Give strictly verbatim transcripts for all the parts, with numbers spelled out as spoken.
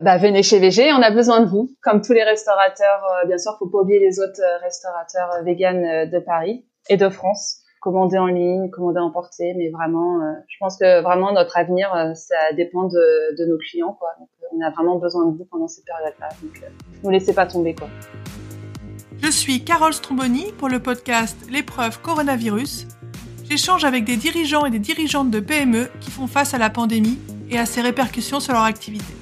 Bah, venez chez V G, on a besoin de vous. Comme tous les restaurateurs, euh, bien sûr, faut pas oublier les autres euh, restaurateurs euh, véganes euh, de Paris et de France. Commander en ligne, commander à emporter, mais vraiment, euh, je pense que vraiment notre avenir, euh, ça dépend de, de nos clients, quoi. Donc, euh, on a vraiment besoin de vous pendant ces périodes-là. Donc, euh, ne nous laissez pas tomber, quoi. Je suis Carole Stromboni pour le podcast L'épreuve coronavirus. J'échange avec des dirigeants et des dirigeantes de P M E qui font face à la pandémie et à ses répercussions sur leur activité.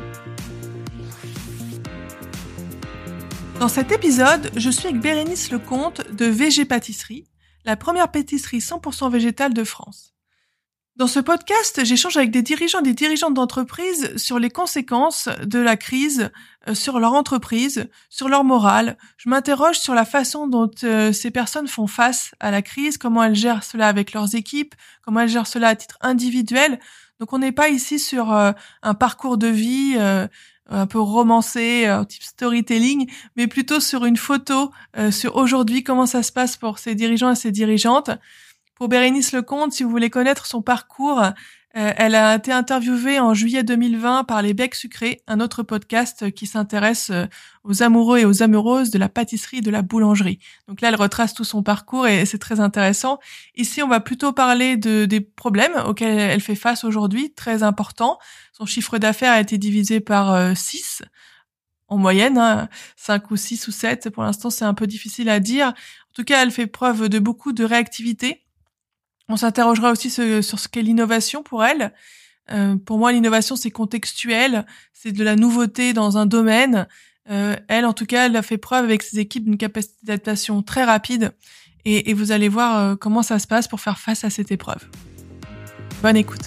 Dans cet épisode, je suis avec Bérénice Lecomte de V G Pâtisserie, la première pâtisserie cent pour cent végétale de France. Dans ce podcast, j'échange avec des dirigeants et des dirigeantes d'entreprises sur les conséquences de la crise euh, sur leur entreprise, sur leur morale. Je m'interroge sur la façon dont euh, ces personnes font face à la crise, comment elles gèrent cela avec leurs équipes, comment elles gèrent cela à titre individuel. Donc on n'est pas ici sur euh, un parcours de vie euh, un peu romancé, euh, type storytelling, mais plutôt sur une photo, euh, sur aujourd'hui, comment ça se passe pour ces dirigeants et ces dirigeantes. Pour Bérénice Lecomte, si vous voulez connaître son parcours, euh, elle a été interviewée en juillet deux mille vingt par Les Becs Sucrés, un autre podcast qui s'intéresse euh, aux amoureux et aux amoureuses de la pâtisserie et de la boulangerie. Donc là, elle retrace tout son parcours et c'est très intéressant. Ici, on va plutôt parler de, des problèmes auxquels elle fait face aujourd'hui, très importants. Son chiffre d'affaires a été divisé par euh, six en moyenne, hein, cinq ou six ou sept. Pour l'instant, c'est un peu difficile à dire. En tout cas, elle fait preuve de beaucoup de réactivité. On s'interrogera aussi sur, sur ce qu'est l'innovation pour elle. Euh, pour moi, l'innovation, c'est contextuel, c'est de la nouveauté dans un domaine. Euh, elle, en tout cas, elle a fait preuve avec ses équipes d'une capacité d'adaptation très rapide. Et, et vous allez voir euh, comment ça se passe pour faire face à cette épreuve. Bonne écoute.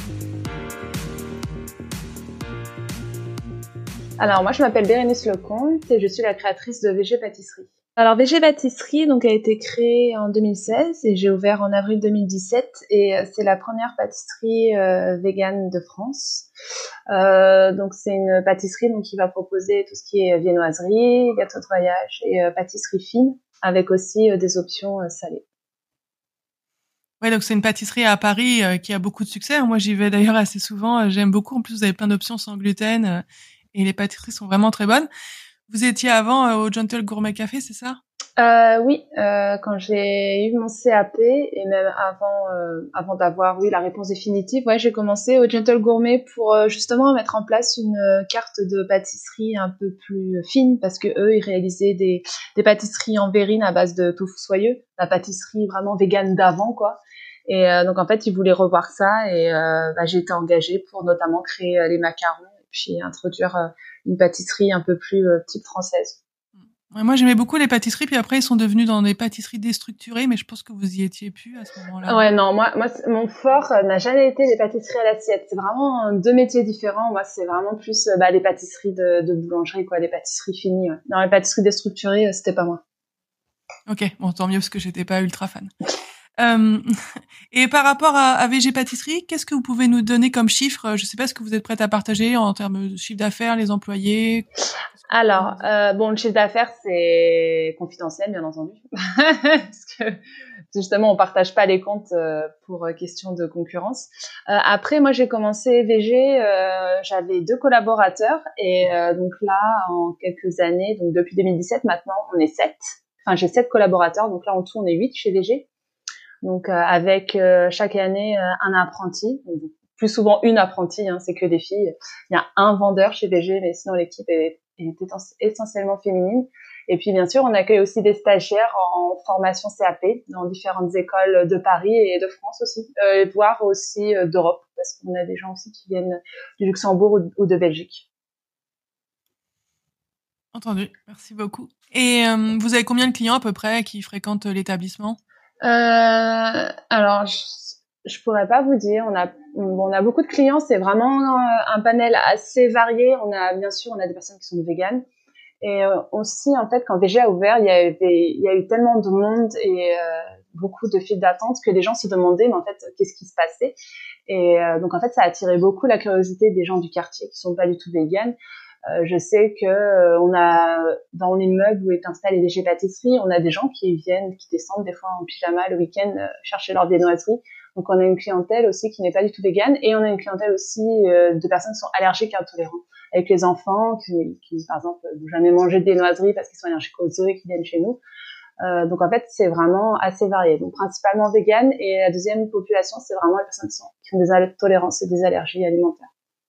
Alors, moi, je m'appelle Bérénice Lecomte et je suis la créatrice de V G Pâtisserie. Alors, V G Pâtisserie donc, a été créée en deux mille seize et j'ai ouvert en avril deux mille dix-sept et c'est la première pâtisserie euh, végane de France. Euh, donc, c'est une pâtisserie donc, qui va proposer tout ce qui est viennoiserie, gâteau de voyage et euh, pâtisserie fine avec aussi euh, des options euh, salées. Ouais, donc c'est une pâtisserie à Paris euh, qui a beaucoup de succès. Moi, j'y vais d'ailleurs assez souvent. J'aime beaucoup. En plus, vous avez plein d'options sans gluten euh, et les pâtisseries sont vraiment très bonnes. Vous étiez avant euh, au Gentle Gourmet Café, c'est ça ? Euh, oui, euh, quand j'ai eu mon C A P et même avant, euh, avant d'avoir oui la réponse définitive, ouais, j'ai commencé au Gentle Gourmet pour euh, justement mettre en place une euh, carte de pâtisserie un peu plus fine parce que eux ils réalisaient des des pâtisseries en verrine à base de tofu soyeux, la pâtisserie vraiment végane d'avant quoi. Et euh, donc en fait ils voulaient revoir ça et euh, bah, j'ai été engagée pour notamment créer euh, les macarons et puis introduire euh, une pâtisserie un peu plus euh, type française. Ouais, moi, j'aimais beaucoup les pâtisseries, puis après, ils sont devenus dans des pâtisseries déstructurées, mais je pense que vous y étiez plus à ce moment-là. Ouais, non, moi, moi, mon fort euh, n'a jamais été les pâtisseries à l'assiette. C'est vraiment euh, deux métiers différents. Moi, c'est vraiment plus euh, bah, les pâtisseries de, de boulangerie, quoi, les pâtisseries finies. Ouais. Non, les pâtisseries déstructurées, euh, c'était pas moi. Ok, bon, tant mieux parce que j'étais pas ultra fan. euh, et par rapport à, à V G Pâtisserie, qu'est-ce que vous pouvez nous donner comme chiffre ? Je sais pas ce que vous êtes prête à partager en termes de chiffre d'affaires, les employés. Alors, euh, bon, le chiffre d'affaires, c'est confidentiel, bien entendu. Parce que, justement, on partage pas les comptes euh, pour euh, question de concurrence. Euh, après, moi, j'ai commencé V G, euh, j'avais deux collaborateurs. Et euh, donc là, en quelques années, donc depuis deux mille dix-sept, maintenant, on est sept. Enfin, j'ai sept collaborateurs. Donc là, en tout, on est huit chez V G. Donc, euh, avec euh, chaque année, euh, un apprenti. Donc, plus souvent, une apprentie, hein, c'est que des filles. Il y a un vendeur chez V G, mais sinon, l'équipe est est essentiellement féminine. Et puis, bien sûr, on accueille aussi des stagiaires en formation C A P dans différentes écoles de Paris et de France aussi, euh, voire aussi euh, d'Europe, parce qu'on a des gens aussi qui viennent du Luxembourg ou, ou de Belgique. Entendu, merci beaucoup. Et euh, vous avez combien de clients à peu près qui fréquentent l'établissement ? euh, Alors, je, je pourrais pas vous dire. On a, bon, on a beaucoup de clients. C'est vraiment un panel assez varié. On a, bien sûr, on a des personnes qui sont véganes. Et euh, aussi, en fait, quand V G a ouvert, il y a eu, des, il y a eu tellement de monde et euh, beaucoup de files d'attente que les gens se demandaient, mais en fait, qu'est-ce qui se passait ? Et euh, donc, en fait, ça a attiré beaucoup la curiosité des gens du quartier qui sont pas du tout véganes. Euh, je sais que euh, on a dans l'immeuble où est installé V G Pâtisserie, on a des gens qui viennent, qui descendent des fois en pyjama le week-end euh, chercher leur viennoiserie Donc on a une clientèle aussi qui n'est pas du tout végane, et on a une clientèle aussi euh, de personnes qui sont allergiques et intolérantes, avec les enfants qui, qui par exemple n'ont jamais mangé des noiseries parce qu'ils sont allergiques aux œufs et qui viennent chez nous. Euh, donc en fait c'est vraiment assez varié. Donc principalement végane, et la deuxième population c'est vraiment les personnes qui, sont, qui ont des intolérances et des allergies alimentaires.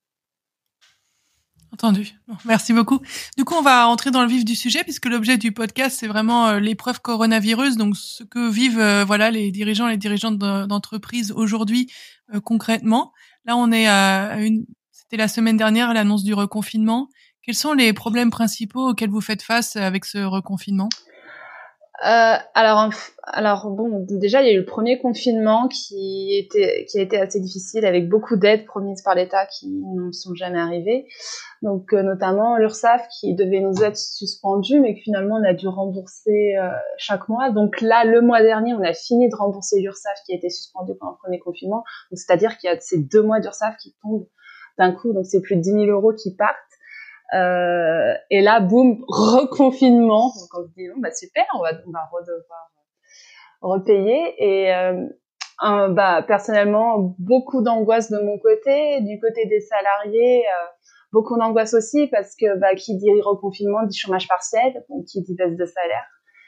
Entendu. Bon, merci beaucoup. Du coup, on va entrer dans le vif du sujet puisque l'objet du podcast, c'est vraiment euh, l'épreuve coronavirus, donc ce que vivent euh, voilà les dirigeants et les dirigeantes d'entreprises aujourd'hui euh, concrètement. Là, on est à une c'était la semaine dernière l'annonce du reconfinement. Quels sont les problèmes principaux auxquels vous faites face avec ce reconfinement ? Euh, alors, alors bon, déjà il y a eu le premier confinement qui était qui a été assez difficile, avec beaucoup d'aides promises par l'État qui ne sont jamais arrivées. Donc euh, notamment l'URSSAF qui devait nous être suspendu, mais que finalement on a dû rembourser euh, chaque mois. Donc là, le mois dernier, on a fini de rembourser l'URSSAF qui a été suspendu pendant le premier confinement. Donc c'est-à-dire qu'il y a ces deux mois d'URSSAF qui tombent d'un coup, donc c'est plus de dix mille euros qui partent. Euh, et là, boum, reconfinement. Donc on se dit, bon, bah super, on va, on va redevoir repayer. Et euh, un, bah personnellement, beaucoup d'angoisse de mon côté, du côté des salariés, euh, beaucoup d'angoisse aussi parce que bah qui dit reconfinement dit chômage partiel, donc qui dit baisse de salaire.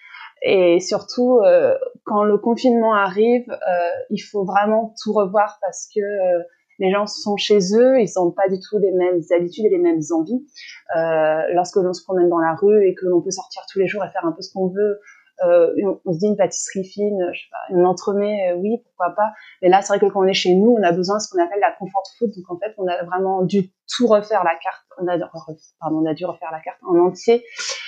Et surtout, euh, quand le confinement arrive, euh, il faut vraiment tout revoir parce que euh, les gens sont chez eux, ils n'ont pas du tout les mêmes habitudes et les mêmes envies. Euh, lorsque l'on se promène dans la rue et que l'on peut sortir tous les jours et faire un peu ce qu'on veut, euh, on, on se dit une pâtisserie fine, je sais pas, une entremets, euh, oui, pourquoi pas. Mais là, c'est vrai que quand on est chez nous, on a besoin de ce qu'on appelle la comfort food. Donc en fait, on a vraiment dû tout refaire la carte. On a, pardon, on a dû refaire la carte en entier.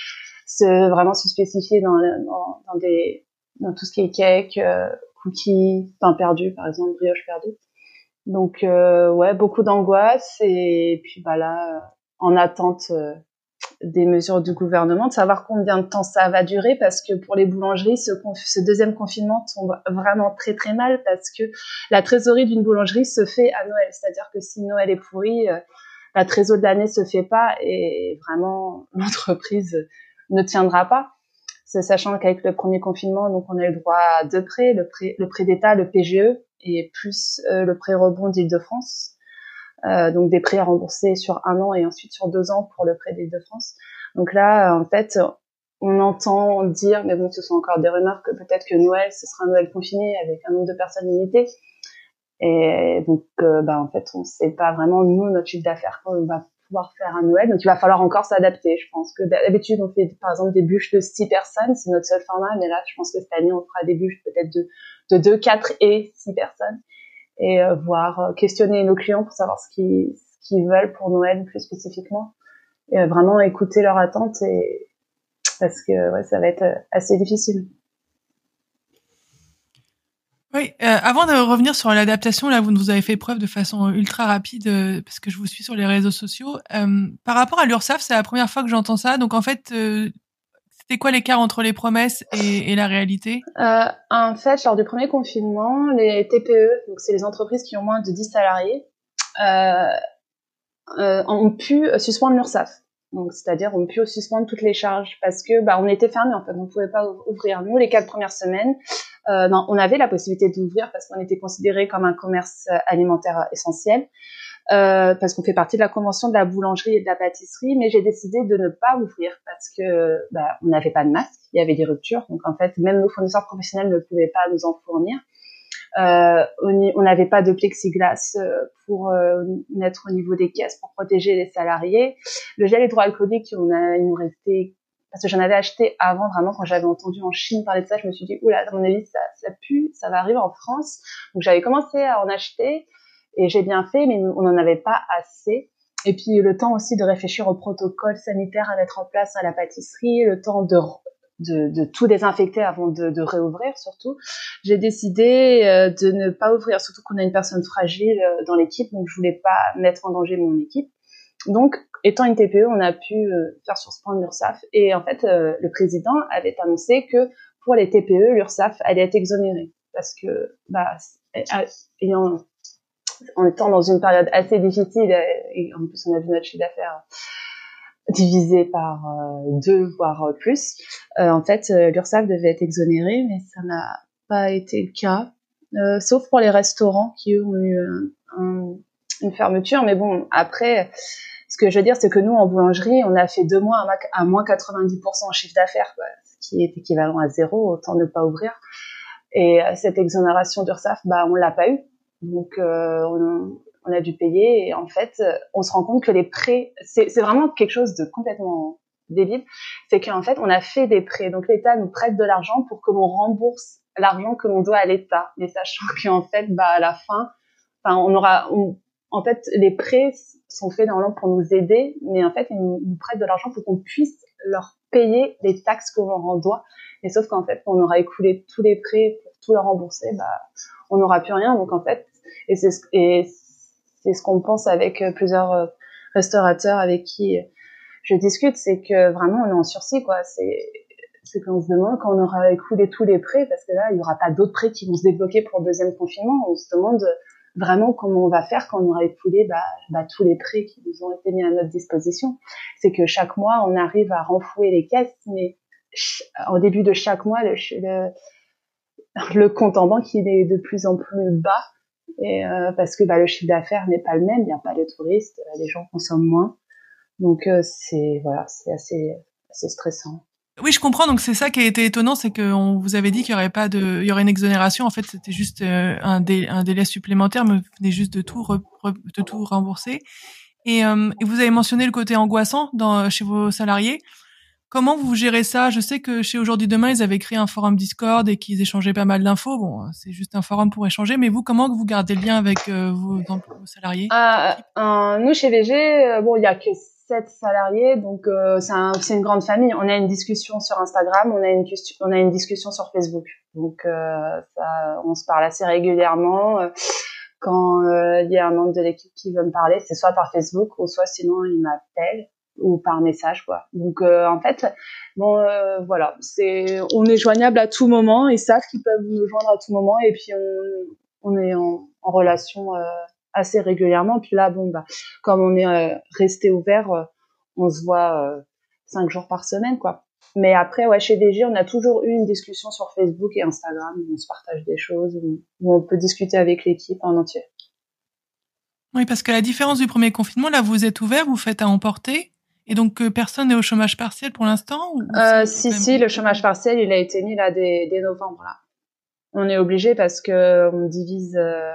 Se, vraiment se spécifier dans, dans, dans, des, dans tout ce qui est cake, euh, cookies, pain perdu, par exemple, brioche perdue. Donc, euh, ouais, beaucoup d'angoisse. Et puis, bah là, euh, en attente euh, des mesures du gouvernement, de savoir combien de temps ça va durer, parce que pour les boulangeries, ce, conf- ce deuxième confinement tombe vraiment très, très mal, parce que la trésorerie d'une boulangerie se fait à Noël. C'est-à-dire que si Noël est pourri, euh, la trésorerie de l'année se fait pas, et vraiment, l'entreprise ne tiendra pas. C'est sachant qu'avec le premier confinement, donc on a eu le droit à deux prêts, le prêt, le prêt d'État, le P G E, et plus euh, le prêt rebond d'Île-de-France. Euh, donc des prêts à rembourser sur un an et ensuite sur deux ans pour le prêt d'Île-de-France. Donc là, en fait, on entend dire, mais bon, ce sont encore des rumeurs, que peut-être que Noël, ce sera un Noël confiné avec un nombre de personnes limité. Et donc, euh, bah, en fait, on sait pas vraiment, nous, notre chiffre d'affaires, quand on va pouvoir faire un Noël. Donc, il va falloir encore s'adapter. Je pense que d'habitude, on fait, par exemple, des bûches de six personnes. C'est notre seul format. Mais là, je pense que cette année, on fera des bûches peut-être de, de deux, quatre et six personnes. Et euh, voir, euh, questionner nos clients pour savoir ce qu'ils, ce qu'ils veulent pour Noël plus spécifiquement. Et euh, vraiment écouter leurs attentes, et parce que ouais, ça va être assez difficile. Oui, euh, avant de revenir sur l'adaptation, là, vous nous avez fait preuve de façon ultra rapide, euh, parce que je vous suis sur les réseaux sociaux. Euh, par rapport à l'URSSAF, c'est la première fois que j'entends ça. Donc, en fait, euh, c'était quoi l'écart entre les promesses et, et la réalité ? euh, En fait, lors du premier confinement, les T P E, donc c'est les entreprises qui ont moins de dix salariés, euh, euh, ont pu suspendre l'URSSAF. Donc, c'est-à-dire, on peut suspendre toutes les charges parce que, bah, on était fermés, en fait. On ne pouvait pas ouvrir. Nous, les quatre premières semaines, euh, non, on avait la possibilité d'ouvrir parce qu'on était considéré comme un commerce alimentaire essentiel, euh, parce qu'on fait partie de la convention de la boulangerie et de la pâtisserie, mais j'ai décidé de ne pas ouvrir parce que, bah, on n'avait pas de masque, il y avait des ruptures. Donc, en fait, même nos fournisseurs professionnels ne pouvaient pas nous en fournir. Euh, on n'avait pas de plexiglas pour euh, mettre au niveau des caisses pour protéger les salariés. Le gel hydroalcoolique, on a, il nous restait, parce que j'en avais acheté avant, vraiment, quand j'avais entendu en Chine parler de ça, je me suis dit, oula, à mon avis, ça, ça pue, ça va arriver en France. Donc j'avais commencé à en acheter, et j'ai bien fait, mais on n'en avait pas assez. Et puis le temps aussi de réfléchir au protocole sanitaire à mettre en place à la pâtisserie, le temps de De, de tout désinfecter avant de, de réouvrir, surtout. J'ai décidé euh, de ne pas ouvrir, surtout qu'on a une personne fragile euh, dans l'équipe, donc je voulais pas mettre en danger mon équipe. Donc, étant une T P E, on a pu euh, faire suspendre l'URSSAF. Et en fait, euh, le président avait annoncé que pour les T P E, l'URSSAF allait être exonérée. Parce que, bah, ayant, en étant dans une période assez difficile, et en plus on a vu notre chiffre d'affaires divisé par euh, deux, voire plus. Euh, en fait, euh, l'URSSAF devait être exonérée, mais ça n'a pas été le cas. euh, sauf pour les restaurants qui eux ont eu un, un, une fermeture. Mais bon, après, ce que je veux dire, c'est que nous en boulangerie, on a fait deux mois à, à moins quatre-vingt-dix pour cent en chiffre d'affaires, quoi, ce qui est équivalent à zéro, autant ne pas ouvrir. Et cette exonération d'URSSAF, bah on l'a pas eu, donc euh, on, on a dû payer. Et en fait, on se rend compte que les prêts, c'est, c'est vraiment quelque chose de complètement débile. C'est qu'en fait, on a fait des prêts, donc l'État nous prête de l'argent pour que l'on rembourse l'argent que l'on doit à l'État, mais sachant qu'en fait, bah à la fin, enfin on aura, on, en fait, les prêts sont faits normalement pour nous aider, mais en fait, ils nous, nous prêtent de l'argent pour qu'on puisse leur payer les taxes que l'on en doit. Et sauf qu'en fait, on aura écoulé tous les prêts pour tout leur rembourser, bah, on n'aura plus rien. Donc en fait, et c'est ce, et c'est ce qu'on pense avec plusieurs restaurateurs avec qui je discute, c'est que vraiment on est en sursis, quoi. C'est, c'est qu'on se demande quand on aura écoulé tous les prêts, parce que là, il y aura pas d'autres prêts qui vont se débloquer pour le deuxième confinement. On se demande vraiment comment on va faire quand on aura écoulé bah, bah, tous les prêts qui nous ont été mis à notre disposition. C'est que chaque mois, on arrive à renflouer les caisses, mais au début de chaque mois, le, le, le compte en banque, il est de plus en plus bas, et euh, parce que bah, le chiffre d'affaires n'est pas le même, il n'y a pas de touristes, les gens consomment moins. Donc euh, c'est voilà, c'est assez, assez stressant. Oui, je comprends. Donc c'est ça qui a été étonnant, c'est qu'on vous avait dit qu'il y aurait pas de, il y aurait une exonération. En fait, c'était juste euh, un, dé, un délai supplémentaire, mais vous venez juste de tout, re, re, de tout rembourser. Et, euh, et vous avez mentionné le côté angoissant dans, chez vos salariés. Comment vous gérez ça? Je sais que chez Aujourd'hui Demain, ils avaient créé un forum Discord et qu'ils échangeaient pas mal d'infos. Bon, c'est juste un forum pour échanger. Mais vous, comment vous gardez le lien avec euh, vos, vos salariés? Ah, euh, nous, chez V G, euh, bon, il y a que sept salariés, donc euh, c'est, un, c'est une grande famille. On a une discussion sur Instagram, on a une, on a une discussion sur Facebook. Donc, euh, ça, on se parle assez régulièrement. Quand il euh, y a un membre de l'équipe qui veut me parler, c'est soit par Facebook ou soit sinon il m'appelle ou par message, quoi. Donc euh, en fait, bon euh, voilà, c'est on est joignable à tout moment, ils savent qu'ils peuvent nous joindre à tout moment et puis on on est en, en relation euh, assez régulièrement. Puis là bon bah comme on est euh, resté ouvert, euh, on se voit euh, cinq jours par semaine, quoi. Mais après, ouais, chez V G, on a toujours eu une discussion sur Facebook et Instagram où on se partage des choses, où, où on peut discuter avec l'équipe en entier. Oui, parce qu'à la différence du premier confinement, là, vous êtes ouvert, vous faites à emporter, et donc euh, personne n'est au chômage partiel pour l'instant ou, ou euh, Si, si, même... le chômage partiel, il a été mis là dès, dès novembre. Là. On est obligé parce que on divise euh,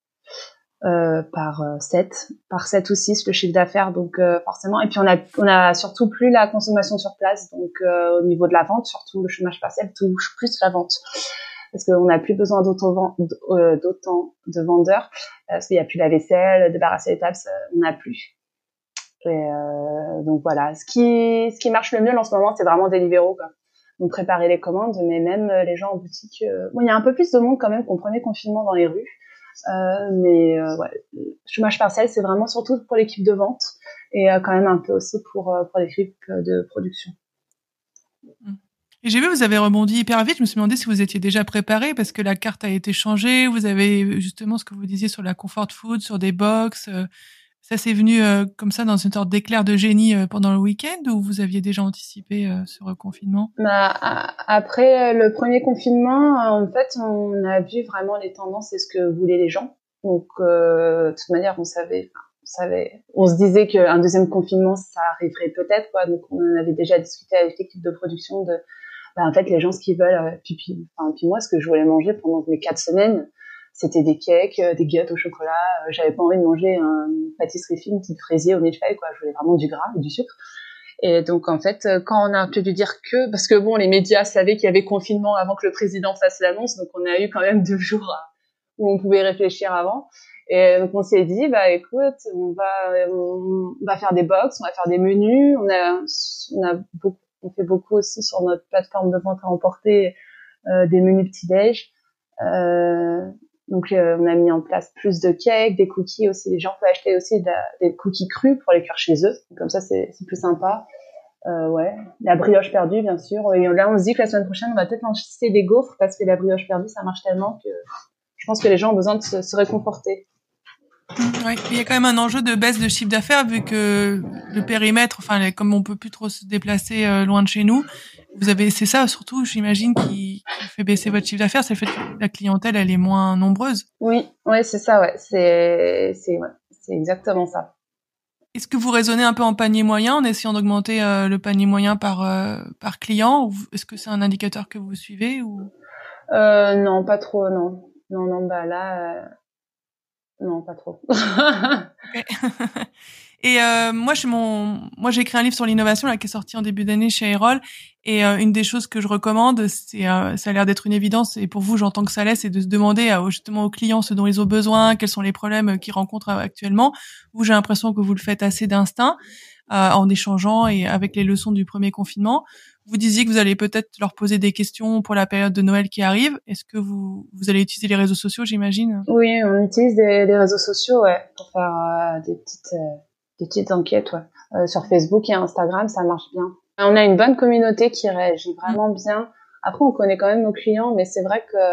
euh, par sept, par sept ou six le chiffre d'affaires, donc euh, forcément. Et puis on a, on a surtout plus la consommation sur place, donc euh, au niveau de la vente, surtout le chômage partiel touche plus la vente. Parce qu'on n'a plus besoin d'autant, d'autant de vendeurs, parce qu'il n'y a plus la vaisselle, débarrasser les tables, on n'a plus. Et euh, donc voilà, ce qui, ce qui marche le mieux en ce moment, c'est vraiment Deliveroo, quoi. Donc préparer les commandes, mais même les gens en boutique, euh, bon, il y a un peu plus de monde quand même qu'au premier confinement dans les rues, euh, mais euh, ouais, le chômage partiel, c'est vraiment surtout pour l'équipe de vente et euh, quand même un peu aussi pour euh, pour l'équipe de production. Mmh. Et j'ai vu, vous avez rebondi hyper vite. Je me suis demandé si vous étiez déjà préparé parce que la carte a été changée. Vous avez justement ce que vous disiez sur la comfort food, sur des box. Euh, ça s'est venu euh, comme ça dans une sorte d'éclair de génie euh, pendant le week-end ou vous aviez déjà anticipé euh, ce reconfinement? Bah, après le premier confinement, en fait, on a vu vraiment les tendances et ce que voulaient les gens. Donc, euh, de toute manière, on savait, enfin, on savait, on se disait qu'un deuxième confinement, ça arriverait peut-être, quoi. Donc, on en avait déjà discuté avec l'équipe de production de bah, en fait, les gens, ce qu'ils veulent, euh, puis, puis, enfin, puis moi, ce que je voulais manger pendant mes quatre semaines, c'était des cakes, euh, des gâteaux au chocolat. Euh, j'avais pas envie de manger un, une pâtisserie fine, une petite fraisier au millefeuille, quoi. Je voulais vraiment du gras et du sucre. Et donc, en fait, quand on a un peu dû dire que, parce que bon, les médias savaient qu'il y avait confinement avant que le président fasse l'annonce, donc on a eu quand même deux jours où on pouvait réfléchir avant. Et donc, on s'est dit, bah, écoute, on va, on va faire des box, on va faire des menus. On a, on a beaucoup, on fait beaucoup aussi sur notre plateforme de vente à emporter euh, des menus petit-déj. Euh, donc, euh, on a mis en place plus de cakes, des cookies aussi. Les gens peuvent acheter aussi de la, des cookies crus pour les cuire chez eux. Comme ça, c'est, c'est plus sympa. Euh, ouais. La brioche perdue, bien sûr. Et là, on se dit que la semaine prochaine, on va peut-être lancer des gaufres parce que la brioche perdue, ça marche tellement que je pense que les gens ont besoin de se, se réconforter. Oui, il y a quand même un enjeu de baisse de chiffre d'affaires vu que le périmètre, enfin, comme on peut plus trop se déplacer euh, loin de chez nous, vous avez, c'est ça surtout, j'imagine, qui, qui fait baisser votre chiffre d'affaires, c'est le fait que la clientèle, elle est moins nombreuse. Oui, ouais, c'est ça, ouais, c'est, c'est, ouais, c'est exactement ça. Est-ce que vous raisonnez un peu en panier moyen, en essayant d'augmenter euh, le panier moyen par euh, par client, ou est-ce que c'est un indicateur que vous suivez ou euh, Non, pas trop, non, non, non, bah là, euh, non, pas trop. Okay. Et euh, moi, je mon, moi, j'ai écrit un livre sur l'innovation là qui est sorti en début d'année chez Erol. Et euh, une des choses que je recommande, c'est, euh, ça a l'air d'être une évidence, et pour vous, j'entends que ça l'est, c'est de se demander à, justement aux clients ce dont ils ont besoin, quels sont les problèmes qu'ils rencontrent actuellement. Vous, j'ai l'impression que vous le faites assez d'instinct, euh, en échangeant et avec les leçons du premier confinement. Vous disiez que vous allez peut-être leur poser des questions pour la période de Noël qui arrive. Est-ce que vous, vous allez utiliser les réseaux sociaux, j'imagine? Oui, on utilise des, des réseaux sociaux, ouais, pour faire euh, des petites, euh, des petites enquêtes, ouais. Euh, sur Facebook et Instagram, ça marche bien. On a une bonne communauté qui réagit vraiment bien. Après, on connaît quand même nos clients, mais c'est vrai que,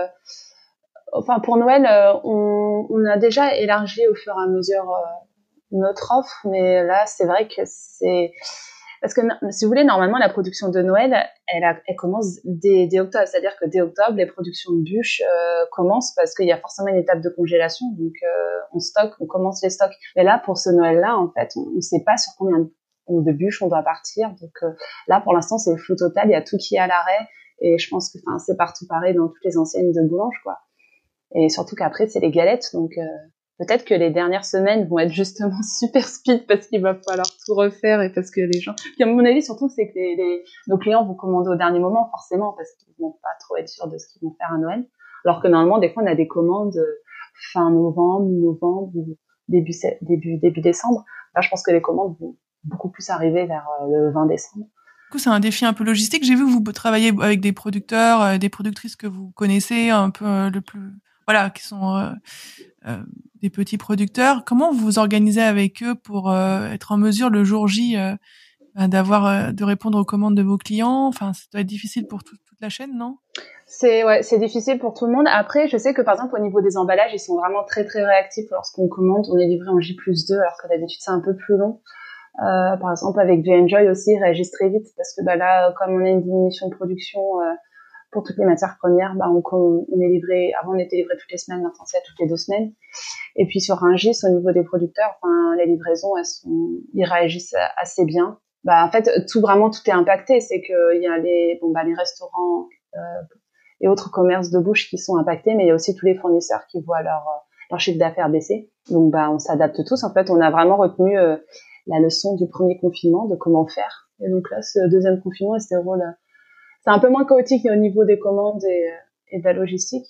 enfin, pour Noël, euh, on, on a déjà élargi au fur et à mesure euh, notre offre, mais là, c'est vrai que c'est parce que si vous voulez, normalement, la production de Noël, elle, a, elle commence dès, dès octobre, c'est-à-dire que dès octobre, les productions de bûches euh, commencent parce qu'il y a forcément une étape de congélation, donc euh, on stocke, on commence les stocks. Mais là, pour ce Noël-là, en fait, on ne sait pas sur combien de, de bûches on doit partir, donc euh, là, pour l'instant, c'est le flou total, il y a tout qui est à l'arrêt, et je pense que, enfin, c'est partout pareil dans toutes les enseignes de boulange, quoi. Et surtout qu'après, c'est les galettes, donc euh, peut-être que les dernières semaines vont être justement super speed parce qu'il va falloir tout refaire et parce que les gens... Puis à mon avis, surtout, c'est que les, les... nos clients vont commander au dernier moment, forcément, parce qu'ils vont pas trop être sûrs de ce qu'ils vont faire à Noël. Alors que normalement, des fois, on a des commandes fin novembre, mi-novembre, début, début, début décembre. Là, je pense que les commandes vont beaucoup plus arriver vers le vingt décembre. Du coup, c'est un défi un peu logistique. J'ai vu que vous travaillez avec des producteurs, euh, des productrices que vous connaissez un peu euh, le plus... Voilà, qui sont... Euh, Euh, des petits producteurs. Comment vous vous organisez avec eux pour euh, être en mesure le jour J euh, d'avoir euh, de répondre aux commandes de vos clients? Enfin, ça doit être difficile pour tout, toute la chaîne, non? C'est ouais, c'est difficile pour tout le monde. Après, je sais que par exemple au niveau des emballages, ils sont vraiment très très réactifs lorsqu'on commande. On est livré en J plus deux, alors que d'habitude c'est un peu plus long. Euh, par exemple avec J-Enjoy aussi, ils réagissent très vite parce que bah là, comme on a une diminution de production euh, pour toutes les matières premières, bah on, on est livré. Avant on était livré toutes les semaines, maintenant c'est toutes les deux semaines. Et puis sur Rungis, au niveau des producteurs, enfin les livraisons, elles sont, ils réagissent assez bien. Bah en fait tout vraiment tout est impacté, c'est que il y a les bon bah les restaurants euh, et autres commerces de bouche qui sont impactés, mais il y a aussi tous les fournisseurs qui voient leur leur chiffre d'affaires baisser. Donc bah on s'adapte tous. En fait, on a vraiment retenu euh, la leçon du premier confinement de comment faire. Et donc là, ce deuxième confinement, c'est c'est un peu moins chaotique au niveau des commandes et, et de la logistique.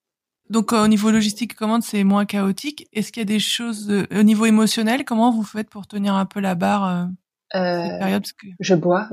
Donc euh, au niveau logistique et commandes, c'est moins chaotique. Est-ce qu'il y a des choses euh, au niveau émotionnel? Comment vous faites pour tenir un peu la barre euh, euh, cette période? Parce que... Je bois.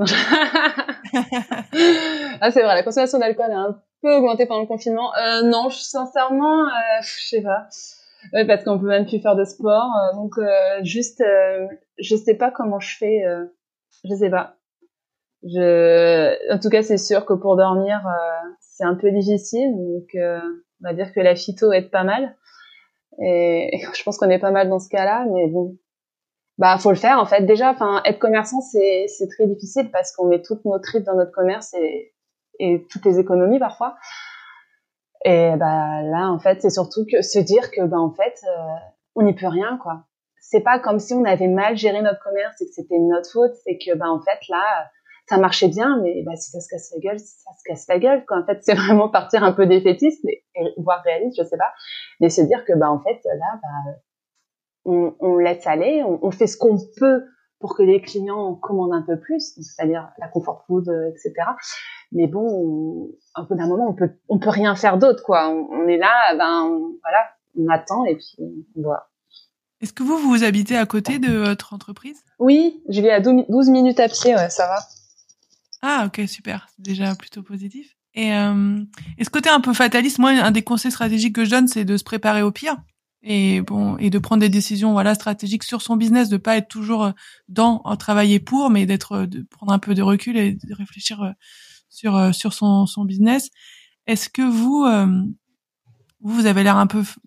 Ah c'est vrai, la consommation d'alcool a un peu augmenté pendant le confinement. Euh, non, je, sincèrement, euh, je sais pas. Ouais, parce qu'on peut même plus faire de sport. Euh, donc euh, juste, euh, je sais pas comment je fais. Euh, je sais pas. Je, en tout cas, c'est sûr que pour dormir, euh, c'est un peu difficile. Donc, euh, on va dire que la phyto aide pas mal. Et, et je pense qu'on est pas mal dans ce cas-là. Mais bon, bah, faut le faire en fait. Déjà, enfin, être commerçant, c'est c'est très difficile parce qu'on met toutes nos tripes dans notre commerce et et toutes les économies parfois. Et bah là, en fait, c'est surtout que se dire que bah en fait, euh, on n'y peut rien quoi. C'est pas comme si on avait mal géré notre commerce et que c'était notre faute. C'est que bah en fait là, ça marchait bien, mais bah si ça se casse la gueule, ça se casse la gueule quoi. En fait, c'est vraiment partir un peu défaitiste et, et voire réaliste, je sais pas, mais se dire que bah en fait là, bah on, on laisse aller, on, on fait ce qu'on peut pour que les clients commandent un peu plus, c'est-à-dire la comfort food, et cetera. Mais bon, on, un peu d'un moment, on peut, on peut rien faire d'autre, quoi. On, on est là, ben, on, voilà, on attend et puis on voit. Est-ce que vous, vous habitez à côté de votre entreprise? Oui, je vis à douze minutes à pied, ouais, ça va. Ah, ok, super. C'est déjà plutôt positif. Et, euh, et ce côté un peu fataliste, moi, un des conseils stratégiques que je donne, c'est de se préparer au pire. Et bon, et de prendre des décisions, voilà, stratégiques sur son business, de pas être toujours dans, en travailler pour, mais d'être, de prendre un peu de recul et de réfléchir sur, sur son, son business. Est-ce que vous, euh, vous avez l'air un peu,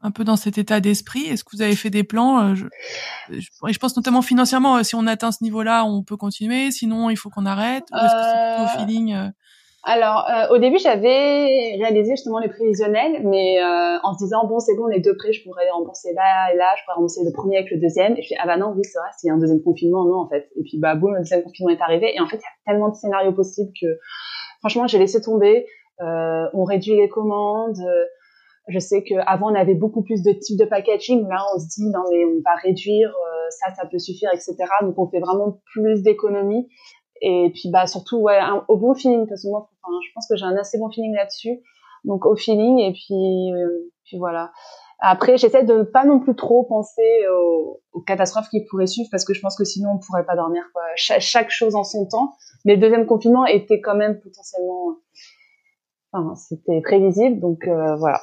un peu dans cet état d'esprit? Est-ce que vous avez fait des plans? euh, je, je, je pense notamment financièrement, euh, si on atteint ce niveau-là, on peut continuer, sinon il faut qu'on arrête, ou est-ce que c'est plutôt au Euh, feeling? euh Alors, euh, au début, j'avais réalisé justement les prévisionnels, mais euh, en se disant, bon, c'est bon, les deux prêts, je pourrais rembourser là et là, je pourrais rembourser le premier avec le deuxième. Et je fais, ah bah non, oui, c'est vrai, s'il y a un deuxième confinement, non, en fait. Et puis, bah, boum, le deuxième confinement est arrivé. Et en fait, il y a tellement de scénarios possibles que, franchement, j'ai laissé tomber. Euh, on réduit les commandes. Je sais qu'avant, on avait beaucoup plus de types de packaging. Là, on se dit, non, mais on va réduire, euh, ça, ça peut suffire, et cetera. Donc, on fait vraiment plus d'économies. Et puis, bah, surtout, ouais, un, au bon feeling, parce que moi, enfin, je pense que j'ai un assez bon feeling là-dessus. Donc, au feeling, et puis, euh, puis voilà. Après, j'essaie de ne pas non plus trop penser aux, aux catastrophes qui pourraient suivre, parce que je pense que sinon, on pourrait pas dormir, quoi. Cha- chaque chose en son temps. Mais le deuxième confinement était quand même potentiellement, enfin, c'était prévisible, donc, euh, voilà.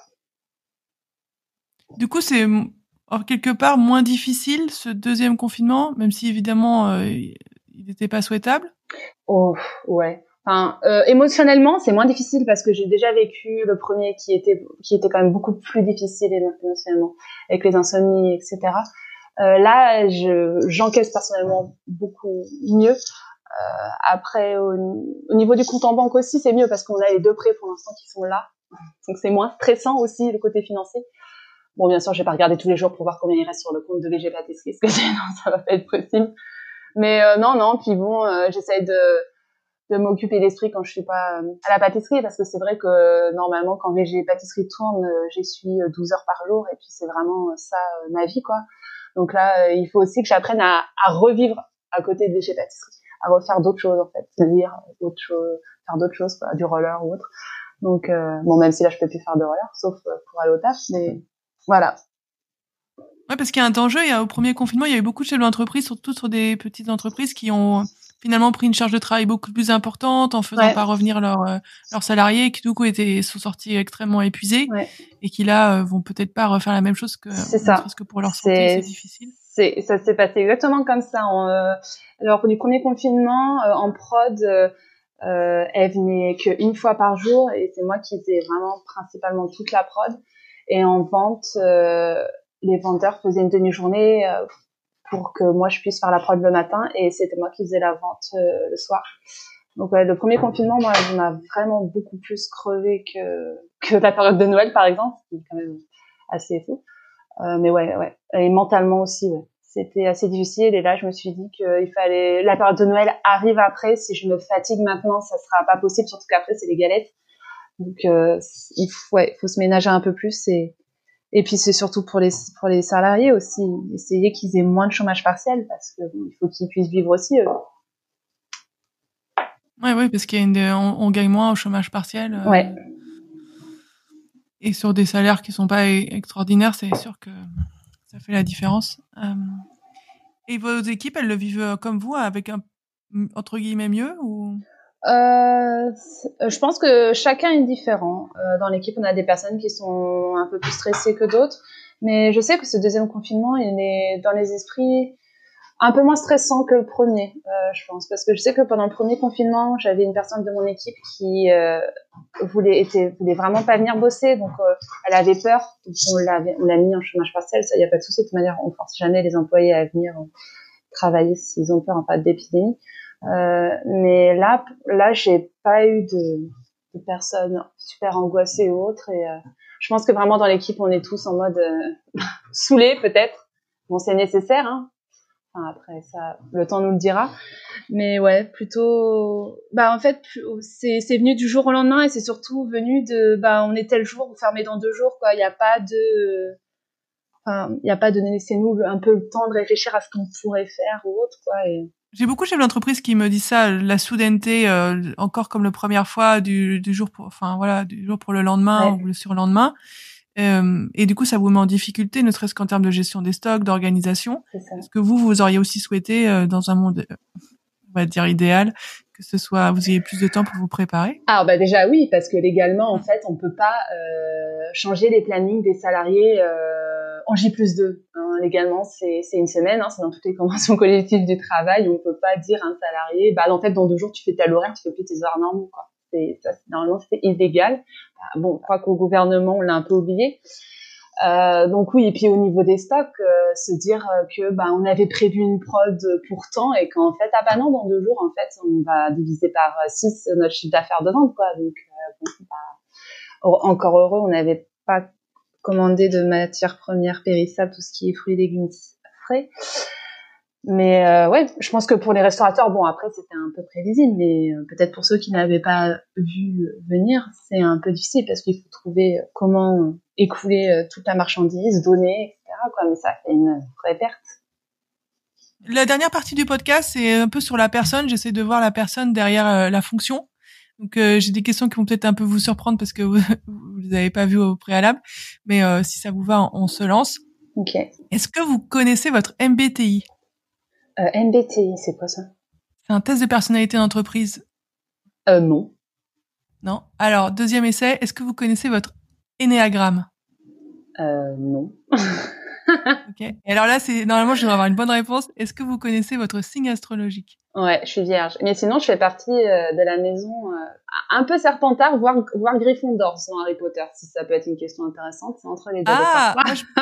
Du coup, c'est en quelque part moins difficile ce deuxième confinement, même si évidemment euh, il n'était pas souhaitable. Oh, ouais. Enfin, euh, émotionnellement, c'est moins difficile parce que j'ai déjà vécu le premier qui était qui était quand même beaucoup plus difficile émotionnellement, avec les insomnies, et cetera. Euh, là, je j'encaisse personnellement beaucoup mieux. Euh, après, au, au niveau du compte en banque aussi, c'est mieux parce qu'on a les deux prêts pour l'instant qui sont là, donc c'est moins stressant aussi le côté financier. Bon, bien sûr, je vais pas regarder tous les jours pour voir combien il reste sur le compte de V G Pâtisserie, parce que sinon ça va pas être possible. Mais euh, non, non. Puis bon, euh, j'essaie de de m'occuper d'esprit quand je suis pas euh, à la pâtisserie, parce que c'est vrai que euh, normalement quand V G Pâtisserie tourne, euh, j'y suis douze heures par jour et puis c'est vraiment ça euh, ma vie, quoi. Donc là, euh, il faut aussi que j'apprenne à, à revivre à côté de V G Pâtisserie, à refaire d'autres choses en fait, lire autre chose, faire d'autres choses, quoi, du roller ou autre. Donc euh, bon, même si là je peux plus faire de roller, sauf euh, pour aller au taf, mais voilà. Ouais, parce qu'il y a un danger. Il y a, au premier confinement, il y a eu beaucoup de chefs d'entreprise, surtout sur des petites entreprises, qui ont finalement pris une charge de travail beaucoup plus importante en faisant Ouais. pas revenir leurs euh, leurs salariés, qui du coup étaient sont sortis extrêmement épuisés Ouais. et qui là euh, vont peut-être pas refaire la même chose, que C'est ne ça. serait-ce que pour leur santé, C'est, c'est difficile. c'est, ça s'est passé exactement comme ça. En, euh, alors, du premier confinement, euh, en prod, euh, euh, elle venait qu'une fois par jour et c'est moi qui faisais vraiment principalement toute la prod. Et en vente, euh, les vendeurs faisaient une demi-journée euh, pour que moi je puisse faire la prod le matin et c'était moi qui faisais la vente euh, le soir. Donc ouais, le premier confinement, moi, on a vraiment beaucoup plus crevé que que la période de Noël, par exemple, qui est quand même assez fou. Euh, mais ouais, ouais, et mentalement aussi, ouais. C'était assez difficile et là, je me suis dit qu'il fallait, la période de Noël arrive après. Si je me fatigue maintenant, ça sera pas possible, surtout qu'après, c'est les galettes. Donc, euh, il faut, ouais, faut se ménager un peu plus et, et puis c'est surtout pour les, pour les salariés aussi, essayer qu'ils aient moins de chômage partiel parce que bon, il faut qu'ils puissent vivre aussi, eux. Ouais, oui, parce qu'il y a une, on, on gagne moins au chômage partiel. Euh, Ouais. Et sur des salaires qui sont pas e- extraordinaires, c'est sûr que ça fait la différence. Euh, et vos équipes, elles le vivent comme vous, avec un entre guillemets mieux, ou? Euh, je pense que chacun est différent. Euh, dans l'équipe, on a des personnes qui sont un peu plus stressées que d'autres, mais je sais que ce deuxième confinement, il est dans les esprits un peu moins stressant que le premier, euh, je pense, parce que je sais que pendant le premier confinement, j'avais une personne de mon équipe qui euh, voulait était voulait vraiment pas venir bosser, donc euh, elle avait peur, donc on l'avait on l'a mis en chômage partiel. Ça, y a pas de souci, de toute manière, on force jamais les employés à venir euh, travailler s'ils ont peur en cas d'épidémie. Euh, mais là, là, j'ai pas eu de, de personnes super angoissées ou autres. Et euh, je pense que vraiment dans l'équipe, on est tous en mode euh, saoulés peut-être. Bon, c'est nécessaire. Hein. Enfin, après ça, le temps nous le dira. Mais ouais, plutôt. Bah en fait, c'est c'est venu du jour au lendemain et c'est surtout venu de. Bah on est tel jour, vous fermez dans deux jours, quoi. Il y a pas de. Enfin, il y a pas de laissez-nous un peu le temps de réfléchir à ce qu'on pourrait faire ou autre, quoi. Et J'ai beaucoup de chefs d'entreprise qui me disent ça, la soudaineté, euh, encore comme la première fois, du, du jour pour, enfin voilà, du jour pour le lendemain, ouais, ou le surlendemain. Euh, et du coup, ça vous met en difficulté, ne serait-ce qu'en termes de gestion des stocks, d'organisation. Est-ce que vous, vous auriez aussi souhaité, euh, dans un monde, euh, on va dire idéal, que ce soit, vous ayez plus de temps pour vous préparer? Ah bah déjà oui, parce que légalement, en fait, on peut pas euh, changer les plannings des salariés euh, en J plus deux. Hein. Légalement, c'est c'est une semaine, hein, c'est dans toutes les conventions collectives du travail. On peut pas dire à un salarié, bah en fait, dans deux jours, tu fais tel horaire, tu fais plus tes heures normaux, quoi. C'est ça, c'est, normalement, c'est illégal. Bah, bon, je crois qu'au gouvernement, on l'a un peu oublié. Euh, donc oui, et puis au niveau des stocks, euh, se dire que bah on avait prévu une prod pour tant et qu'en fait ah bah non, dans deux jours en fait on va diviser par six notre chiffre d'affaires de vente quoi. Donc euh, bon, bah, encore heureux, on n'avait pas commandé de matières premières périssables, tout ce qui est fruits et légumes frais. Mais euh, ouais, je pense que pour les restaurateurs, bon après c'était un peu prévisible, mais euh, peut-être pour ceux qui n'avaient pas vu venir, c'est un peu difficile parce qu'il faut trouver comment écouler euh, toute la marchandise, donner, et cetera. Quoi, mais ça fait une vraie perte. La dernière partie du podcast, c'est un peu sur la personne. J'essaie de voir la personne derrière euh, la fonction. Donc euh, j'ai des questions qui vont peut-être un peu vous surprendre parce que vous ne les avez pas vues au préalable, mais euh, si ça vous va, on, on se lance. Ok. Est-ce que vous connaissez votre M B T I? Euh, M B T I, c'est quoi ça? C'est un test de personnalité d'entreprise. Euh, non. Non. Alors, deuxième essai, est-ce que vous connaissez votre énéagramme? Euh, non. Ok. Et alors là, c'est normalement, je devrais avoir une bonne réponse. Est-ce que vous connaissez votre signe astrologique? Ouais, je suis vierge. Mais sinon, je fais partie euh, de la maison euh, un peu Serpentard, voire, voire Gryffondor dans Harry Potter, si ça peut être une question intéressante. C'est entre les deux. Ah, moi, je...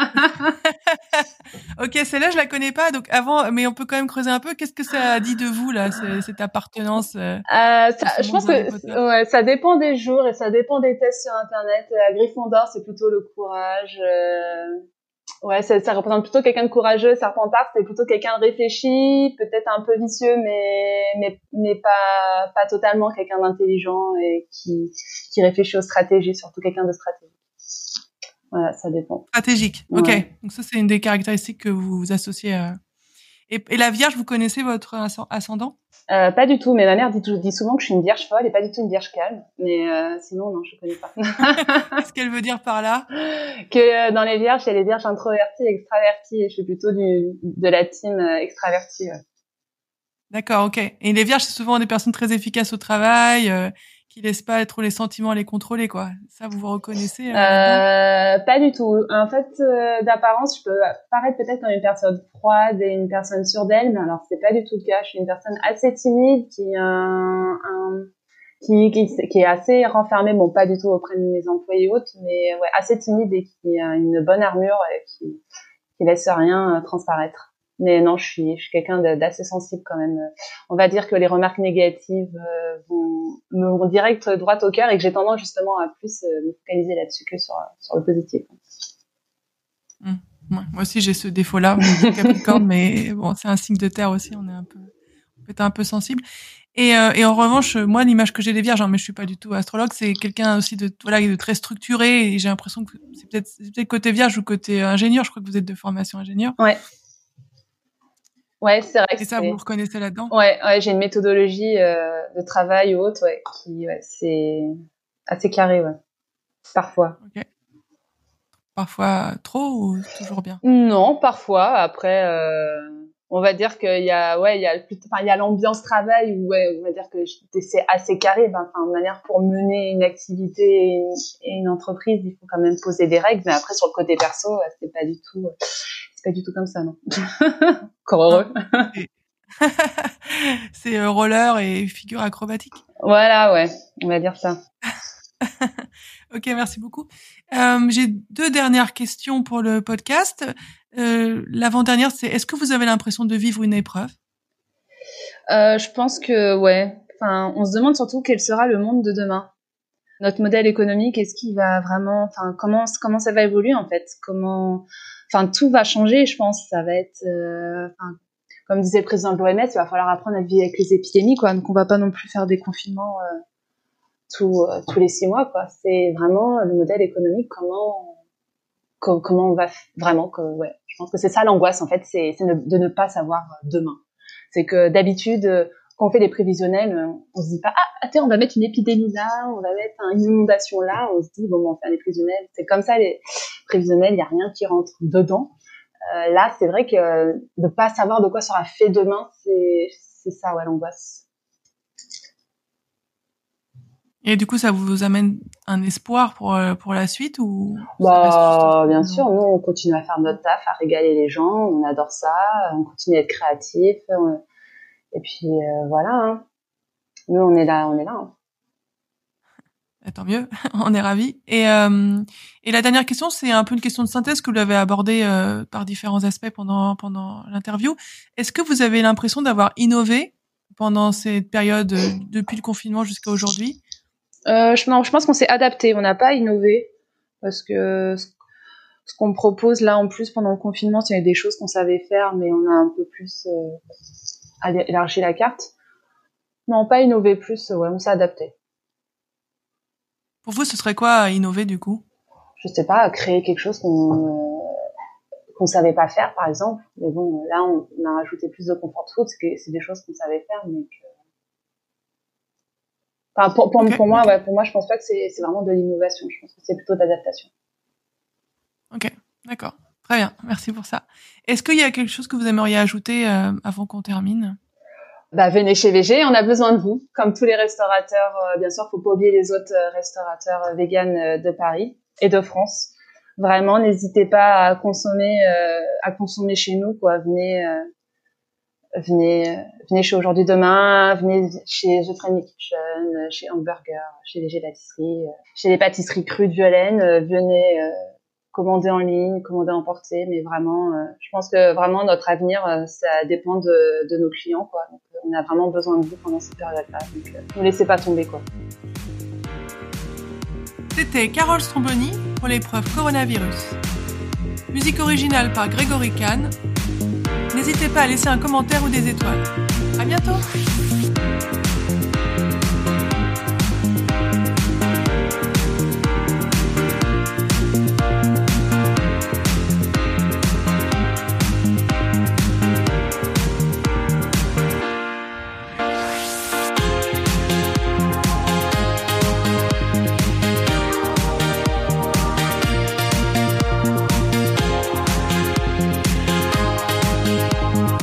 Ok, celle-là, je la connais pas. Donc avant, mais on peut quand même creuser un peu. Qu'est-ce que ça dit de vous là, cette appartenance euh, euh, ça, Je pense Harry que ouais, ça dépend des jours et ça dépend des tests sur Internet. À Gryffondor, c'est plutôt le courage. Euh... Ouais, ça, ça représente plutôt quelqu'un de courageux. Serpentard, c'est plutôt quelqu'un de réfléchi, peut-être un peu vicieux, mais mais mais pas pas totalement quelqu'un d'intelligent et qui qui réfléchit aux stratégies, surtout quelqu'un de stratégique. Voilà, ça dépend. Stratégique. Ok. Ouais. Donc ça, c'est une des caractéristiques que vous, vous associez. Euh... Et, et la Vierge, vous connaissez votre ascendant? Euh, pas du tout, mais ma mère dit, dit souvent que je suis une vierge folle et pas du tout une vierge calme. Mais euh, sinon, non, je connais pas. Qu'est-ce qu'elle veut dire par là? Que euh, dans les vierges, il y a les vierges introverties et extraverties, et je suis plutôt du, de la team euh, extravertie. Ouais. D'accord, ok. Et les vierges, c'est souvent des personnes très efficaces au travail, euh, qui laissent pas trop les sentiments les contrôler, quoi. Ça, vous vous reconnaissez euh, là-dedans? Euh, pas du tout. En fait, euh, d'apparence, je peux paraître peut-être comme une personne froide et une personne sûre d'elle, mais alors c'est pas du tout le cas. Je suis une personne assez timide qui a un, un qui, qui, qui est assez renfermée, bon, pas du tout auprès de mes employés autres, mais ouais, assez timide et qui a une bonne armure et qui, qui laisse rien euh, transparaître. Mais non, je suis, je suis quelqu'un d'assez sensible quand même. On va dire que les remarques négatives euh, vont me vont direct droit au cœur et que j'ai tendance justement à plus euh, me focaliser là-dessus que sur sur le positif. Mmh. Ouais, moi aussi, j'ai ce défaut-là. Je suis Capricorne, mais bon, c'est un signe de terre aussi. On est un peu, on peut être un peu sensible. Et, euh, et en revanche, moi, l'image que j'ai des vierges, hein, mais je suis pas du tout astrologue, c'est quelqu'un aussi de, voilà, de très structuré. Et j'ai l'impression que c'est peut-être, c'est peut-être côté vierge ou côté ingénieur. Je crois que vous êtes de formation ingénieur. Ouais. Ouais, c'est vrai que et ça, c'est... vous reconnaissez là-dedans? Ouais, ouais, j'ai une méthodologie euh, de travail ou autre, ouais, qui, ouais, c'est assez carré, ouais. Parfois. Ok. Parfois trop ou toujours bien? Non, parfois. Après, euh, on va dire qu'il y a, ouais, il y a, enfin, il y a l'ambiance travail où, ouais, on va dire que c'est assez carré. Ben, enfin, de manière pour mener une activité et une, et une entreprise, il faut quand même poser des règles. Mais après, sur le côté perso, c'est pas du tout, c'est pas du tout comme ça, non. Encore heureux. C'est euh, roller et figure acrobatique. Voilà, ouais, on va dire ça. Ok, merci beaucoup. Euh, j'ai deux dernières questions pour le podcast. Euh, l'avant-dernière, c'est est-ce que vous avez l'impression de vivre une épreuve? euh, Je pense que, ouais. Enfin, on se demande surtout quel sera le monde de demain. Notre modèle économique, est-ce qu'il va vraiment, enfin, comment comment ça va évoluer en fait? Comment, enfin, tout va changer, je pense. Ça va être, euh, enfin, comme disait le président de l'O M S, il va falloir apprendre à vivre avec les épidémies, quoi. Donc, on va pas non plus faire des confinements euh, tous euh, tous les six mois, quoi. C'est vraiment le modèle économique, comment co- comment on va f- vraiment, que, ouais. Je pense que c'est ça l'angoisse en fait, c'est c'est ne- de ne pas savoir demain. C'est que d'habitude, euh, quand on fait des prévisionnels, euh, on se dit pas ah attends, on va mettre une épidémie là, on va mettre une inondation là, on se dit bon, bon on fait des prévisionnels. C'est comme ça les prévisionnels, il y a rien qui rentre dedans. Euh, là, c'est vrai que euh, de pas savoir de quoi sera fait demain, c'est c'est ça ouais l'angoisse. Et du coup, ça vous amène un espoir pour pour la suite ou Bah bien sûr, nous on continue à faire notre taf, à régaler les gens, on adore ça, on continue à être créatif, on... et puis euh, voilà. Hein. Nous on est là, on est là. Hein. Tant mieux, on est ravis. Et, euh, et la dernière question, c'est un peu une question de synthèse que vous avez abordée euh, par différents aspects pendant pendant l'interview. Est-ce que vous avez l'impression d'avoir innové pendant cette période, euh, depuis le confinement jusqu'à aujourd'hui? euh, je, non, je pense qu'on s'est adapté. On n'a pas innové parce que ce, ce qu'on me propose là en plus pendant le confinement, c'est des choses qu'on savait faire, mais on a un peu plus euh, élargi la carte. Non, pas innover plus. Ouais, on s'est adapté. Pour vous, ce serait quoi innover du coup? Je sais pas, créer quelque chose qu'on euh, qu'on savait pas faire, par exemple. Mais bon, là, on, on a rajouté plus de comfort food, c'est, que, c'est des choses qu'on savait faire, mais que... Enfin, pour, pour, okay, pour moi, okay. ouais, pour moi, je pense pas que c'est, c'est vraiment de l'innovation. Je pense que c'est plutôt de l'adaptation. Ok, d'accord, très bien, merci pour ça. Est-ce qu'il y a quelque chose que vous aimeriez ajouter euh, avant qu'on termine? Bah, venez chez V G, on a besoin de vous. Comme tous les restaurateurs, euh, bien sûr, faut pas oublier les autres euh, restaurateurs euh, véganes euh, de Paris et de France. Vraiment, n'hésitez pas à consommer, euh, à consommer chez nous, quoi. Venez, euh, venez, euh, venez chez Aujourd'hui Demain, venez chez The Friendly Kitchen, chez Hamburger, chez V G Pâtisserie, euh, chez les pâtisseries crues de Violaine. Euh, venez euh, commander en ligne, commander emporter, mais vraiment, euh, je pense que vraiment notre avenir, euh, ça dépend de, de nos clients, quoi. Donc, on a vraiment besoin de vous pendant cette période-là, donc euh, ne laissez pas tomber, quoi. C'était Carole Stromboni pour l'épreuve coronavirus. Musique originale par Grégory Kahn. N'hésitez pas à laisser un commentaire ou des étoiles. À bientôt!